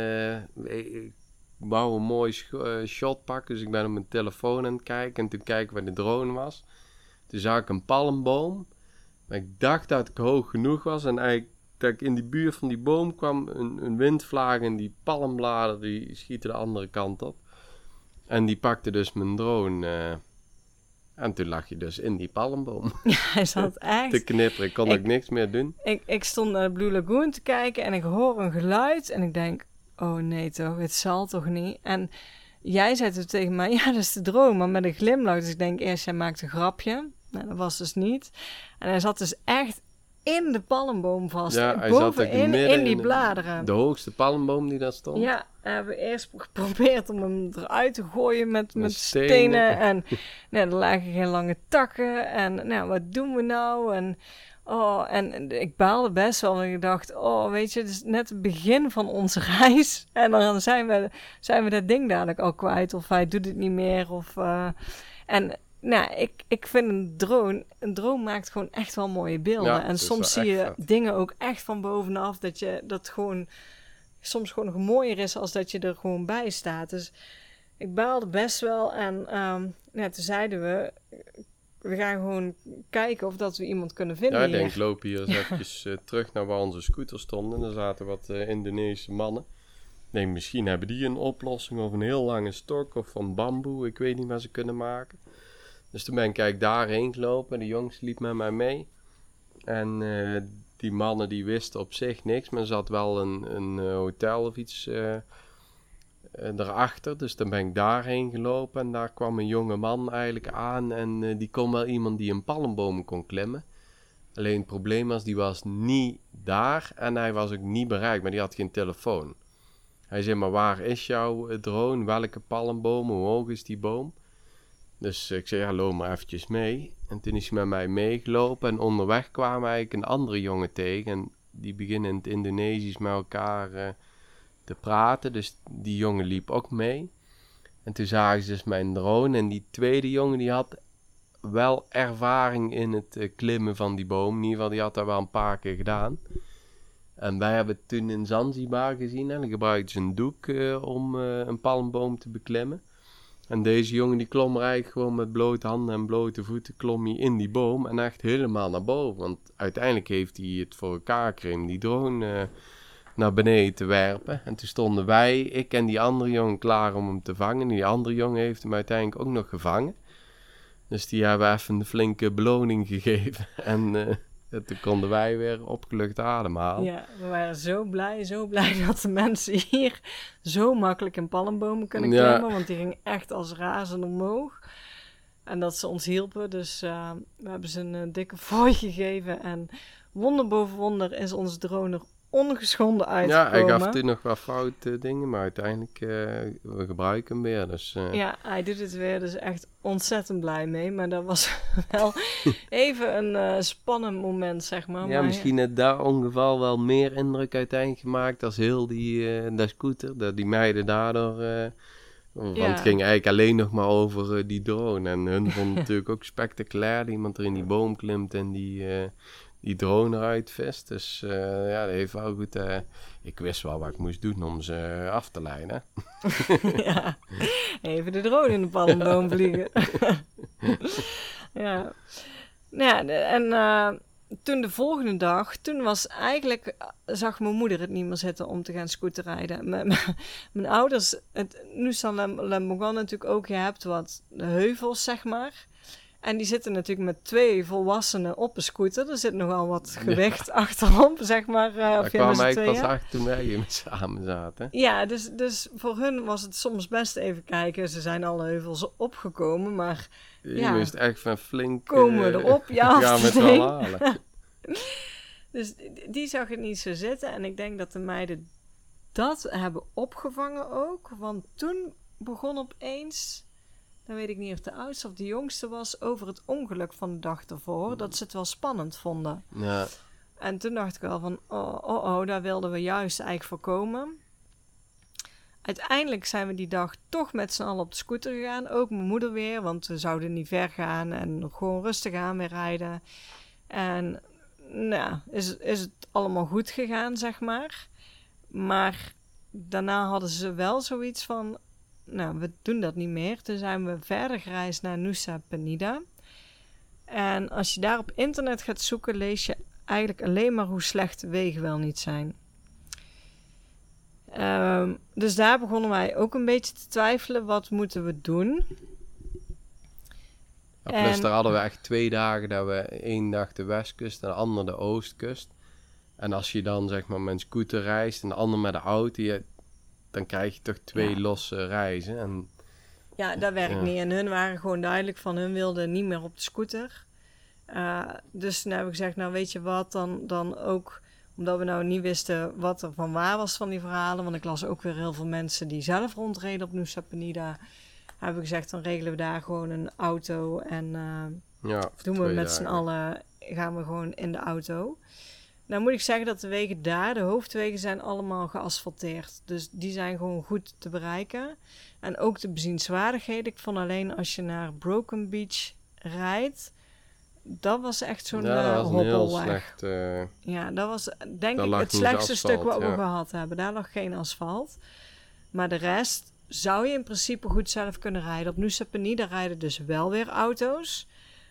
ik wou een mooi shot pakken. Dus ik ben op mijn telefoon aan het kijken. En toen kijken waar de drone was. Toen zag ik een palmboom. Maar ik dacht dat ik hoog genoeg was. En eigenlijk dat ik in die buurt van die boom kwam. Een windvlaag en die palmbladen die schieten de andere kant op. En die pakte dus mijn drone En toen lag je dus in die palmboom Ja, hij zat echt... te knipperen. Ik kon ook niks meer doen. Ik stond naar de Blue Lagoon te kijken en ik hoor een geluid. En ik denk, oh nee toch, het zal toch niet? En jij zei toen tegen mij, ja, dat is de droom, maar met een glimlach. Dus ik denk eerst, jij maakt een grapje. Nou, dat was dus niet. En hij zat dus echt in de palmboom vast. Ja, hij zat ook bovenin midden in die bladeren. De hoogste palmboom die daar stond. Ja, we hebben eerst geprobeerd om hem eruit te gooien met Met stenen. En nou, er lagen geen lange takken. En nou, wat doen we nou? En ik baalde best wel. Want ik dacht, oh, weet je, het is net het begin van onze reis. En dan zijn we dat ding dadelijk al kwijt. Of hij doet het niet meer. Nou, ik vind een drone maakt gewoon echt wel mooie beelden. Ja, en soms zie je dingen ook echt van bovenaf. Dat gewoon soms gewoon nog mooier is als dat je er gewoon bij staat. Dus ik baalde best wel. En toen zeiden we gaan gewoon kijken of dat we iemand kunnen vinden. Ja, ik denk, loop hier eens eventjes terug naar waar onze scooters stonden. Er zaten wat Indonesische mannen. Ik denk, misschien hebben die een oplossing of een heel lange stok of van bamboe. Ik weet niet wat ze kunnen maken. Dus toen ben ik eigenlijk daarheen gelopen. De jongens liep met mij mee. En die mannen die wisten op zich niks. Maar er zat wel een hotel of iets erachter. Dus dan ben ik daarheen gelopen. En daar kwam een jonge man eigenlijk aan. En die kon wel iemand die een palmboom kon klimmen. Alleen het probleem was, die was niet daar. En hij was ook niet bereikbaar. Die had geen telefoon. Hij zei, maar waar is jouw drone? Welke palmboom? Hoe hoog is die boom? Dus ik zei, ja, loop maar eventjes mee. En toen is hij met mij meegelopen. En onderweg kwamen eigenlijk een andere jongen tegen. En die beginnen in het Indonesisch met elkaar te praten. Dus die jongen liep ook mee. En toen zagen ze dus mijn drone. En die tweede jongen die had wel ervaring in het klimmen van die boom. In ieder geval, die had dat wel een paar keer gedaan. En wij hebben het toen in Zanzibar gezien. En dan gebruikten ze een doek om een palmboom te beklimmen. En deze jongen die klom er eigenlijk gewoon met blote handen en blote voeten klom hij in die boom en echt helemaal naar boven. Want uiteindelijk heeft hij het voor elkaar gekregen die drone naar beneden te werpen. En toen stonden wij, ik en die andere jongen klaar om hem te vangen. En die andere jongen heeft hem uiteindelijk ook nog gevangen. Dus die hebben even een flinke beloning gegeven. En toen konden wij weer opgelucht ademhalen. Ja, we waren zo blij dat de mensen hier zo makkelijk in palmbomen kunnen klimmen. Ja. Want die gingen echt als razen omhoog. En dat ze ons hielpen. Dus we hebben ze een dikke fooi gegeven. En wonder boven wonder is onze drone er ongeschonden uitgekomen. Ja, hij gaf toen nog wat foute dingen. Maar uiteindelijk, we gebruiken hem weer. Dus, Ja, hij doet het weer. Dus echt ontzettend blij mee. Maar dat was wel even een spannend moment, zeg maar. Ja, maar misschien heeft dat ongeval wel meer indruk uiteindelijk gemaakt als heel dat scooter. Die meiden daardoor... want het ging eigenlijk alleen nog maar over die drone. En hun vonden natuurlijk ook spectaculair. Iemand er in die boom klimt en die drone eruit vist. Dus dat heeft wel goed... ik wist wel wat ik moest doen om ze af te leiden. Ja, even de drone in de palmboom vliegen. Ja. Nou ja, en toen de volgende dag, toen was eigenlijk... zag mijn moeder het niet meer zitten om te gaan scooterrijden. Mijn ouders... Nusa-Lembongan natuurlijk ook. Je hebt wat heuvels, zeg maar... En die zitten natuurlijk met 2 volwassenen op een scooter. Er zit nogal wat gewicht achterop, zeg maar. Dat kwam eigenlijk pas achter toen wij samen zaten. Ja, dus voor hun was het soms best even kijken. Ze zijn alle heuvels opgekomen, maar... Je moest echt van flink... Komen we erop, ja. Gaan we het wel halen. Dus die zag het niet zo zitten. En ik denk dat de meiden dat hebben opgevangen ook. Want toen begon opeens... Dan weet ik niet of de oudste of de jongste was... over het ongeluk van de dag ervoor. Dat ze het wel spannend vonden. Ja. En toen dacht ik wel van... daar wilden we juist eigenlijk voorkomen. Uiteindelijk zijn we die dag toch met z'n allen op de scooter gegaan. Ook mijn moeder weer, want we zouden niet ver gaan... en gewoon rustig aan weer rijden. En nou, is het allemaal goed gegaan, zeg maar. Maar daarna hadden ze wel zoiets van... Nou, we doen dat niet meer. Toen zijn we verder gereisd naar Nusa Penida. En als je daar op internet gaat zoeken... lees je eigenlijk alleen maar hoe slecht de wegen wel niet zijn. Dus daar begonnen wij ook een beetje te twijfelen. Wat moeten we doen? Ja, plus daar hadden we echt 2 dagen dat we 1 dag de westkust en de andere de oostkust. En als je dan zeg maar met een scooter reist en de ander met de auto, dan krijg je toch 2 losse reizen. En, ja, dat werkt niet. En hun waren gewoon duidelijk van hun wilden niet meer op de scooter. Dus toen heb ik gezegd, nou weet je wat, dan ook omdat we nou niet wisten wat er van waar was van die verhalen. Want ik las ook weer heel veel mensen die zelf rondreden op Nusa Penida. Heb ik gezegd, dan regelen we daar gewoon een auto en doen we met z'n allen, gaan we gewoon in de auto. Nou moet ik zeggen dat de wegen daar, de hoofdwegen, zijn allemaal geasfalteerd. Dus die zijn gewoon goed te bereiken. En ook de bezienswaardigheden. Ik vond alleen als je naar Broken Beach rijdt, dat was echt zo'n dat was een heel slecht. Ja, dat was denk ik het slechtste asfalt, stuk wat we gehad hebben. Daar lag geen asfalt. Maar de rest zou je in principe goed zelf kunnen rijden. Op Nusa Penida rijden dus wel weer auto's.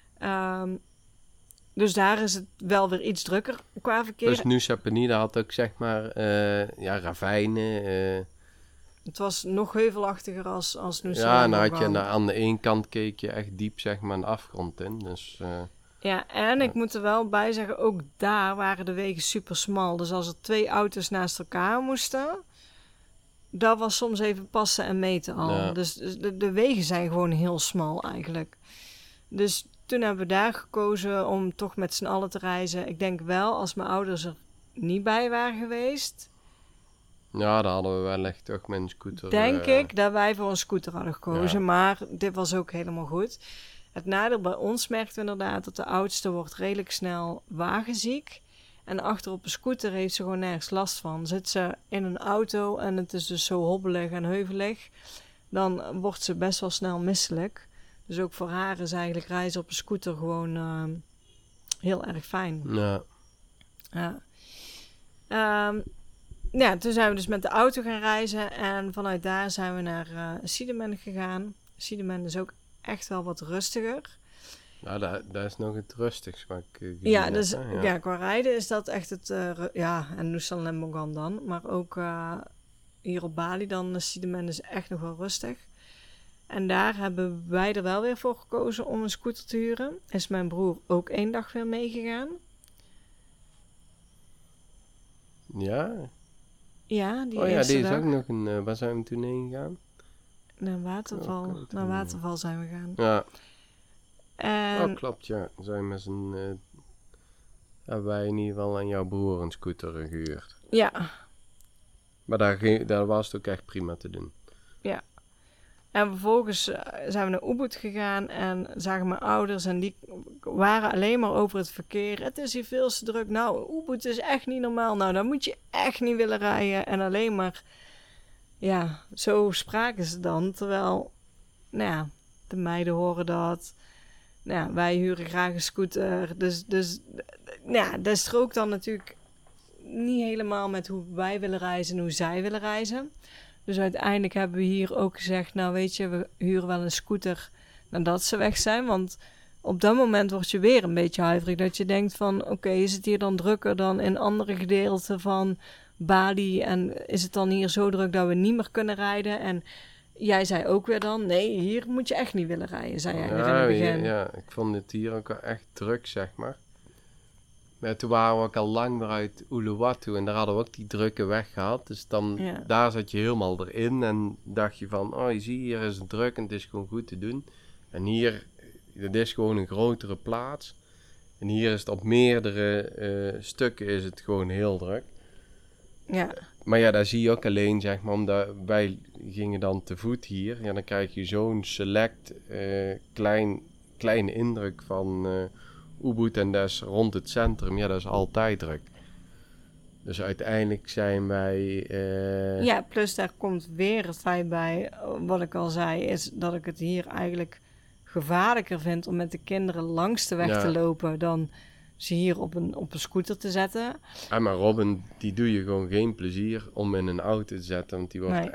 Dus daar is het wel weer iets drukker qua verkeer. Dus Nusa Penida had ook zeg maar ravijnen. Het was nog heuvelachtiger als Nusa. Ja, en dan had je aan de ene kant keek je echt diep zeg maar een afgrond in. Dus, ja, en ik moet er wel bij zeggen, ook daar waren de wegen super smal. Dus als er 2 auto's naast elkaar moesten, dat was soms even passen en meten al. Ja. Dus de wegen zijn gewoon heel smal eigenlijk. Dus toen hebben we daar gekozen om toch met z'n allen te reizen. Ik denk wel, als mijn ouders er niet bij waren geweest, ja, dan hadden we wel echt toch met een scooter. Denk ik dat wij voor een scooter hadden gekozen. Ja. Maar dit was ook helemaal goed. Het nadeel bij ons merkten we inderdaad dat de oudste wordt redelijk snel wagenziek. En achter op een scooter heeft ze gewoon nergens last van. Zit ze in een auto en het is dus zo hobbelig en heuvelig, dan wordt ze best wel snel misselijk. Dus ook voor haar is eigenlijk reizen op een scooter gewoon heel erg fijn. Ja. Ja, toen zijn we dus met de auto gaan reizen. En vanuit daar zijn we naar Siedemen gegaan. Siedemen is ook echt wel wat rustiger. Nou, dat is nog het rustigst wat ik ja, dus ja, qua rijden is dat echt het... en Nusa Lembongan dan. Maar ook hier op Bali dan, Siedemen is echt nog wel rustig. En daar hebben wij er wel weer voor gekozen om een scooter te huren. Is mijn broer ook 1 dag weer meegegaan. Ja? Ja, die eerste dag. Is ook nog een... waar zijn we toen heen gegaan? Naar Waterval. Naar Waterval zijn we gegaan. Ja. En... klopt, ja. Zijn met z'n... hebben wij in ieder geval aan jouw broer een scooter gehuurd. Ja. Maar daar was het ook echt prima te doen. Ja. En vervolgens zijn we naar Ubud gegaan en zagen mijn ouders en die waren alleen maar over het verkeer. Het is hier veel te druk. Nou, Ubud is echt niet normaal. Nou, daar moet je echt niet willen rijden. En alleen maar, ja, zo spraken ze dan. Terwijl, nou ja, de meiden horen dat. Nou ja, wij huren graag een scooter. Dus ja, dat strookt dan natuurlijk niet helemaal met hoe wij willen reizen en hoe zij willen reizen. Dus uiteindelijk hebben we hier ook gezegd, nou weet je, we huren wel een scooter nadat ze weg zijn. Want op dat moment word je weer een beetje huiverig. Dat je denkt van, oké, is het hier dan drukker dan in andere gedeelten van Bali? En is het dan hier zo druk dat we niet meer kunnen rijden? En jij zei ook weer dan, nee, hier moet je echt niet willen rijden, zei jij in het begin. Ja, ik vond het hier ook wel echt druk, zeg maar. Maar toen waren we ook al lang weer uit Uluwatu en daar hadden we ook die drukke weg gehad. Dus dan, daar zat je helemaal erin en dacht je van, oh je ziet, hier is het druk en het is gewoon goed te doen. En hier, het is gewoon een grotere plaats. En hier is het op meerdere stukken is het gewoon heel druk. Ja. Maar ja, daar zie je ook alleen, zeg maar, omdat wij gingen dan te voet hier. Ja, dan krijg je zo'n select kleine indruk van... Ubud en dat is rond het centrum, ja, dat is altijd druk. Dus uiteindelijk zijn wij... Ja, plus daar komt weer het feit bij, wat ik al zei, is dat ik het hier eigenlijk gevaarlijker vind om met de kinderen langs de weg te lopen dan ze hier op een scooter te zetten. Ja, maar Robin, die doe je gewoon geen plezier om in een auto te zetten, want die wordt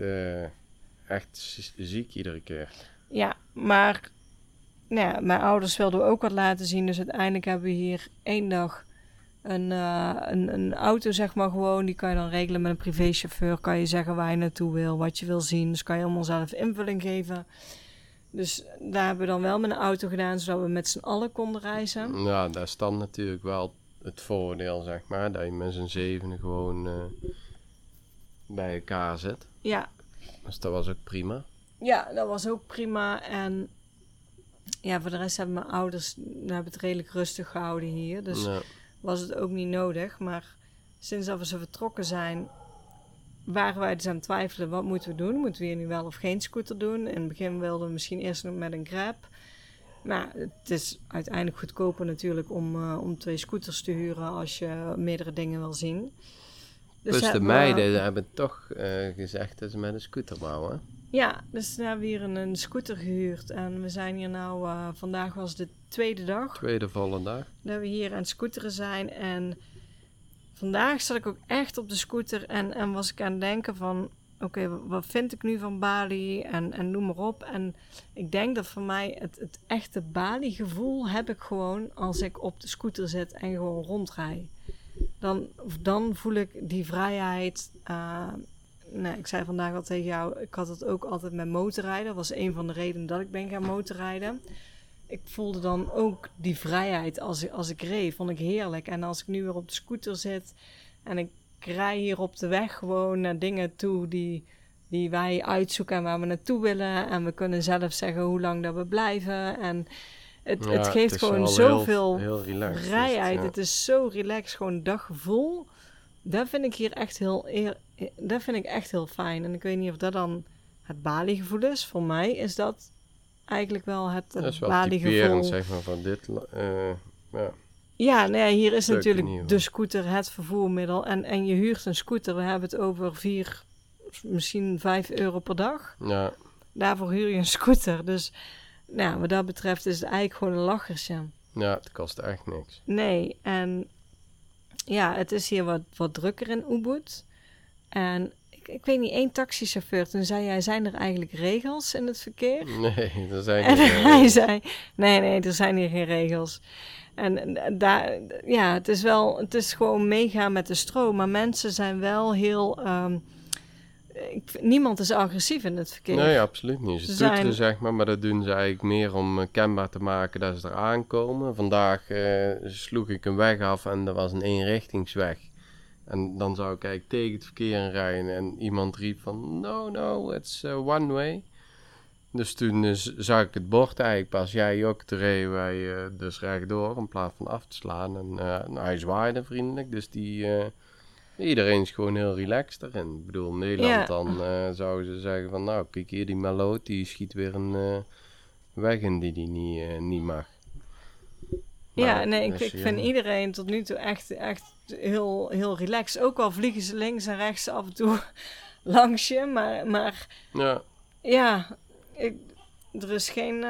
echt ziek iedere keer. Ja, maar... Nou ja, mijn ouders wilden ook wat laten zien. Dus uiteindelijk hebben we hier 1 dag een auto, zeg maar gewoon. Die kan je dan regelen met een privéchauffeur. Kan je zeggen waar je naartoe wil, wat je wil zien. Dus kan je allemaal zelf invulling geven. Dus daar hebben we dan wel met een auto gedaan, zodat we met z'n allen konden reizen. Ja, daar is dan natuurlijk wel het voordeel, zeg maar, dat je met z'n 7 gewoon bij elkaar zit. Ja. Dus dat was ook prima. Ja, dat was ook prima. En ja, voor de rest hebben mijn ouders hebben het redelijk rustig gehouden hier. Dus was het ook niet nodig. Maar sinds dat we zo vertrokken zijn, waren wij dus aan het twijfelen. Wat moeten we doen? Moeten we hier nu wel of geen scooter doen? In het begin wilden we misschien eerst nog met een Grab. Maar het is uiteindelijk goedkoper natuurlijk om 2 scooters te huren als je meerdere dingen wil zien. Dus de meiden hebben toch gezegd dat ze met een scooter bouwen. Ja, dus we hebben hier een scooter gehuurd. En we zijn hier nou, vandaag was de tweede dag. Tweede volle dag. Dat we hier aan het scooteren zijn. En vandaag zat ik ook echt op de scooter en was ik aan het denken van... Oké, wat vind ik nu van Bali en noem maar op. En ik denk dat voor mij het echte Bali-gevoel heb ik gewoon als ik op de scooter zit en gewoon rondrij. Dan voel ik die vrijheid. Ik zei vandaag al tegen jou, ik had het ook altijd met motorrijden. Dat was een van de redenen dat ik ben gaan motorrijden. Ik voelde dan ook die vrijheid als ik reed, vond ik heerlijk. En als ik nu weer op de scooter zit en ik rij hier op de weg gewoon naar dingen toe die wij uitzoeken en waar we naartoe willen. En we kunnen zelf zeggen hoe lang dat we blijven. En het geeft gewoon zoveel heel relaxed, vrijheid. ja. Het is zo relaxed, gewoon dat gevoel. Dat vind ik hier echt heel fijn. En ik weet niet of dat dan het Bali-gevoel is. Voor mij is dat eigenlijk wel het Bali-gevoel. Dat is wel typerend, zeg maar, van dit... Ja, nee, hier is natuurlijk nieuw. de scooter het vervoermiddel. En je huurt een scooter. We hebben het over 4, misschien 5 euro per dag. Ja. Daarvoor huur je een scooter. Dus nou, wat dat betreft is het eigenlijk gewoon een lachersje. Ja, het kost echt niks. Nee, en ja, het is hier wat drukker in Ubud. En ik weet niet, 1 taxichauffeur. Toen zei hij, zijn er eigenlijk regels in het verkeer? Nee, er zijn en geen hij zei, nee, er zijn hier geen regels. En daar, ja, het is gewoon meegaan met de stroom. Maar mensen zijn wel heel... niemand is agressief in het verkeer. Nee, absoluut niet. Ze toeteren, zeg maar dat doen ze eigenlijk meer om kenbaar te maken dat ze er aankomen. Vandaag sloeg ik een weg af en er was een eenrichtingsweg. En dan zou ik eigenlijk tegen het verkeer rijden en iemand riep van no, it's one way. Dus toen zag ik het bord eigenlijk pas. Jij ook, toen reden wij dus rechtdoor in plaats van af te slaan. En hij zwaaide vriendelijk, dus iedereen is gewoon heel relaxed erin. Ik bedoel, in Nederland dan zouden ze zeggen van nou, kijk hier die meloot, die schiet weer een weg in die niet mag. Ja, nee, ik vind iedereen tot nu toe echt heel, heel relaxed. Ook al vliegen ze links en rechts af en toe langs je, maar ja, er is geen,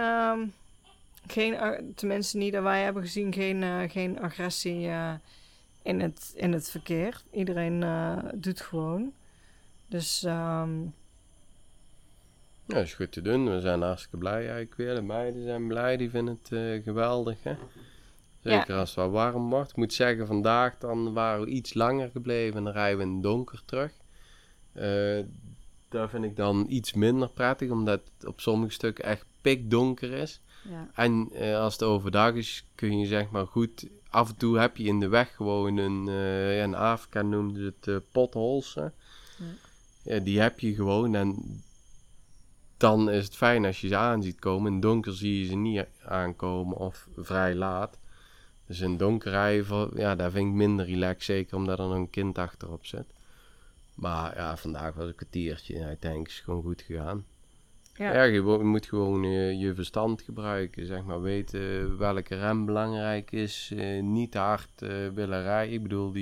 tenminste niet dat wij hebben gezien, geen agressie in het verkeer. Iedereen doet gewoon. Dus ja, dat is goed te doen. We zijn hartstikke blij eigenlijk weer. De meiden zijn blij, die vinden het geweldig, hè. Zeker als het wel warm wordt. Ik moet zeggen, vandaag dan waren we iets langer gebleven en dan rijden we in het donker terug. Daar vind ik dan iets minder prettig, omdat het op sommige stukken echt pikdonker is. Ja. En als het overdag is, kun je zeg maar goed... Af en toe heb je in de weg gewoon in Afrika noemden ze het potholes. Ja, die heb je gewoon en dan is het fijn als je ze aan ziet komen. In het donker zie je ze niet aankomen of vrij laat. Dus in het donker rijden, daar vind ik minder relaxed, zeker omdat er nog een kind achterop zit. Maar ja, vandaag was een kwartiertje. Uiteindelijk is het gewoon goed gegaan. Ja, je moet gewoon je verstand gebruiken. Zeg maar, weten welke rem belangrijk is. Niet te hard willen rijden. Ik bedoel,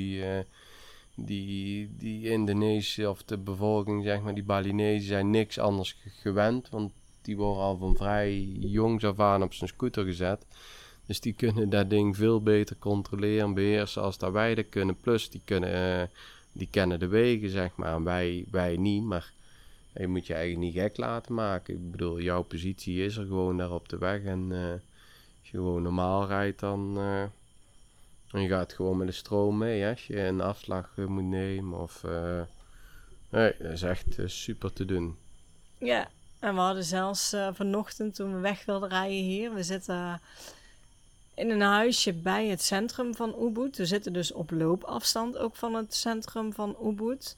die Indonesië of de bevolking, zeg maar, die Balinese zijn niks anders gewend. Want die worden al van vrij jongs af aan op zijn scooter gezet. Dus die kunnen dat ding veel beter controleren en beheersen als dat wij dat kunnen. Plus, die kennen de wegen, zeg maar. En wij niet, maar je moet je eigenlijk niet gek laten maken. Ik bedoel, jouw positie is er gewoon daar op de weg. En als je gewoon normaal rijdt, dan je gaat gewoon met de stroom mee. Hè? Als je een afslag moet nemen. Nee, dat is echt super te doen. Ja, En we hadden zelfs vanochtend toen we weg wilden rijden hier. We zitten in een huisje bij het centrum van Ubud. We zitten dus op loopafstand ook van het centrum van Ubud.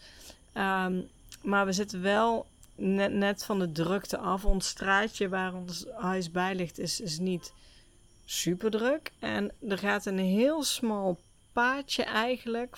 Maar we zitten wel net van de drukte af. Ons straatje waar ons huis bij ligt is niet super druk. En er gaat een heel smal paadje eigenlijk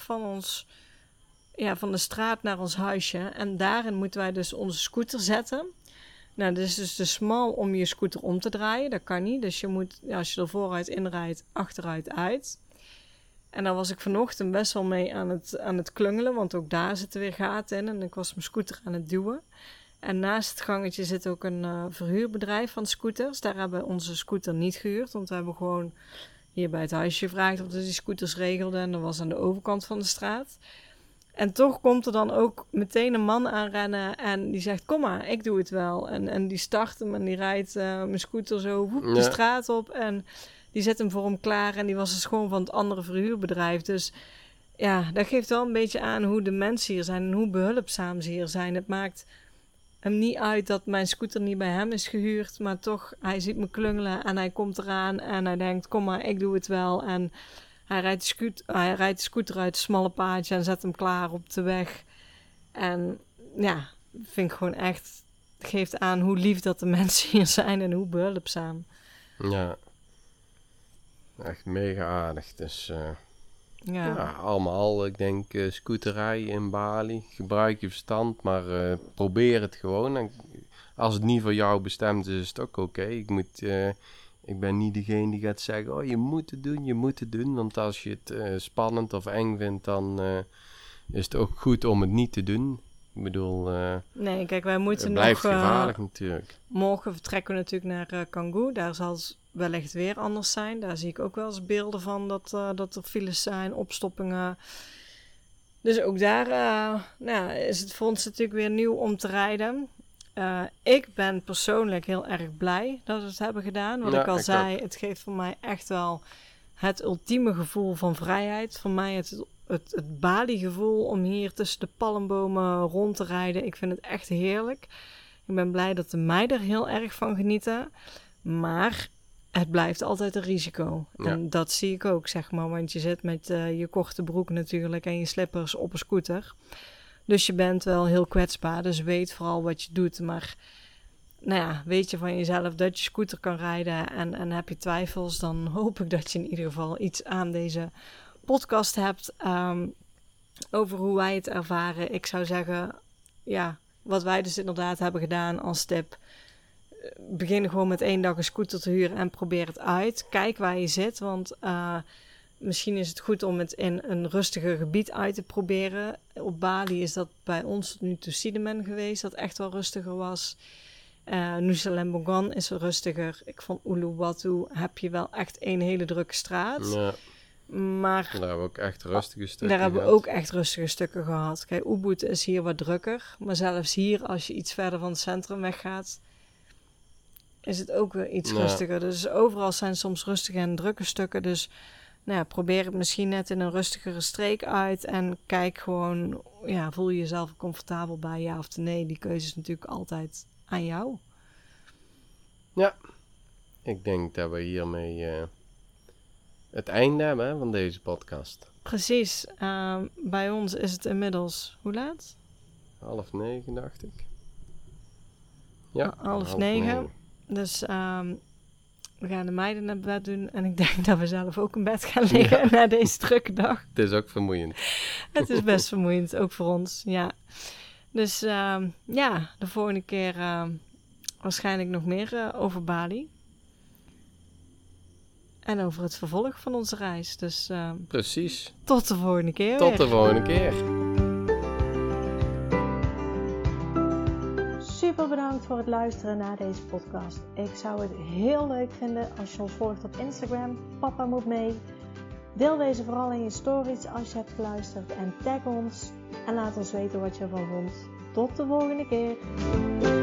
van de straat naar ons huisje. En daarin moeten wij dus onze scooter zetten. Nou, dit is dus te smal om je scooter om te draaien. Dat kan niet. Dus je moet, als je er vooruit inrijdt, achteruit uit. En daar was ik vanochtend best wel mee aan het klungelen. Want ook daar zitten weer gaten in. En ik was mijn scooter aan het duwen. En naast het gangetje zit ook een verhuurbedrijf van scooters. Daar hebben we onze scooter niet gehuurd. Want we hebben gewoon hier bij het huisje gevraagd of ze die scooters regelden. En dat was aan de overkant van de straat. En toch komt er dan ook meteen een man aanrennen en die zegt, kom maar, ik doe het wel. En die start hem en die rijdt mijn scooter zo de straat op en die zet hem voor hem klaar. En die was dus gewoon van het andere verhuurbedrijf. Dus ja, dat geeft wel een beetje aan hoe de mensen hier zijn en hoe behulpzaam ze hier zijn. Het maakt hem niet uit dat mijn scooter niet bij hem is gehuurd, maar toch, hij ziet me klungelen en hij komt eraan en hij denkt, kom maar, ik doe het wel. En hij rijdt de scooter uit het smalle paadje en zet hem klaar op de weg. En ja, vind ik gewoon echt, geeft aan hoe lief dat de mensen hier zijn en hoe behulpzaam. Ja, echt mega aardig. Dus allemaal, ik denk, scooterij in Bali. Gebruik je verstand, maar probeer het gewoon. En als het niet voor jou bestemd is, is het ook oké. Ik ben niet degene die gaat zeggen, oh, je moet het doen. Want als je het spannend of eng vindt, dan is het ook goed om het niet te doen. Ik bedoel, nee, kijk, wij moeten het blijft gevaarlijk natuurlijk. Morgen vertrekken we natuurlijk naar Canggu. Daar zal het wellicht weer anders zijn. Daar zie ik ook wel eens beelden van dat er files zijn, opstoppingen. Dus ook daar is het voor ons natuurlijk weer nieuw om te rijden. Ik ben persoonlijk heel erg blij dat we het hebben gedaan. Wat ik al zei, het geeft voor mij echt wel het ultieme gevoel van vrijheid. Voor mij het Bali-gevoel om hier tussen de palmbomen rond te rijden. Ik vind het echt heerlijk. Ik ben blij dat de meiden er heel erg van genieten. Maar het blijft altijd een risico. Ja. En dat zie ik ook, zeg maar. Want je zit met je korte broek natuurlijk en je slippers op een scooter. Dus je bent wel heel kwetsbaar. Dus weet vooral wat je doet. Maar weet je van jezelf dat je scooter kan rijden en heb je twijfels, dan hoop ik dat je in ieder geval iets aan deze podcast hebt over hoe wij het ervaren. Ik zou zeggen, wat wij dus inderdaad hebben gedaan als tip. Begin gewoon met 1 dag een scooter te huren en probeer het uit. Kijk waar je zit, want misschien is het goed om het in een rustiger gebied uit te proberen. Op Bali is dat bij ons tot nu toe Sidemen geweest, dat echt wel rustiger was. Nusa Lembongan is rustiger. Ik vond Uluwatu heb je wel echt een hele drukke straat. Ja. Maar daar hebben we ook echt rustige stukken Daar hebben we ook echt rustige stukken gehad. Kijk, Ubud is hier wat drukker. Maar zelfs hier, als je iets verder van het centrum weggaat, is het ook weer iets rustiger. Dus overal zijn soms rustige en drukke stukken. Dus probeer het misschien net in een rustigere streek uit. En kijk gewoon, voel je jezelf comfortabel bij, ja of nee. Die keuze is natuurlijk altijd aan jou. Ja, ik denk dat we hiermee het einde hebben van deze podcast. Precies. Bij ons is het inmiddels, hoe laat? 8:30, dacht ik. Ja, 8:30. Dus we gaan de meiden naar bed doen. En ik denk dat we zelf ook in bed gaan liggen na deze drukke dag. Het is ook vermoeiend. Het is best vermoeiend, ook voor ons, ja. Dus de volgende keer waarschijnlijk nog meer over Bali. En over het vervolg van onze reis. Dus precies. Tot de volgende keer. Tot de volgende keer. Super bedankt voor het luisteren naar deze podcast. Ik zou het heel leuk vinden als je ons volgt op Instagram. Papa moet mee. Deel deze vooral in je stories als je hebt geluisterd. En tag ons. En laat ons weten wat je ervan vond. Tot de volgende keer.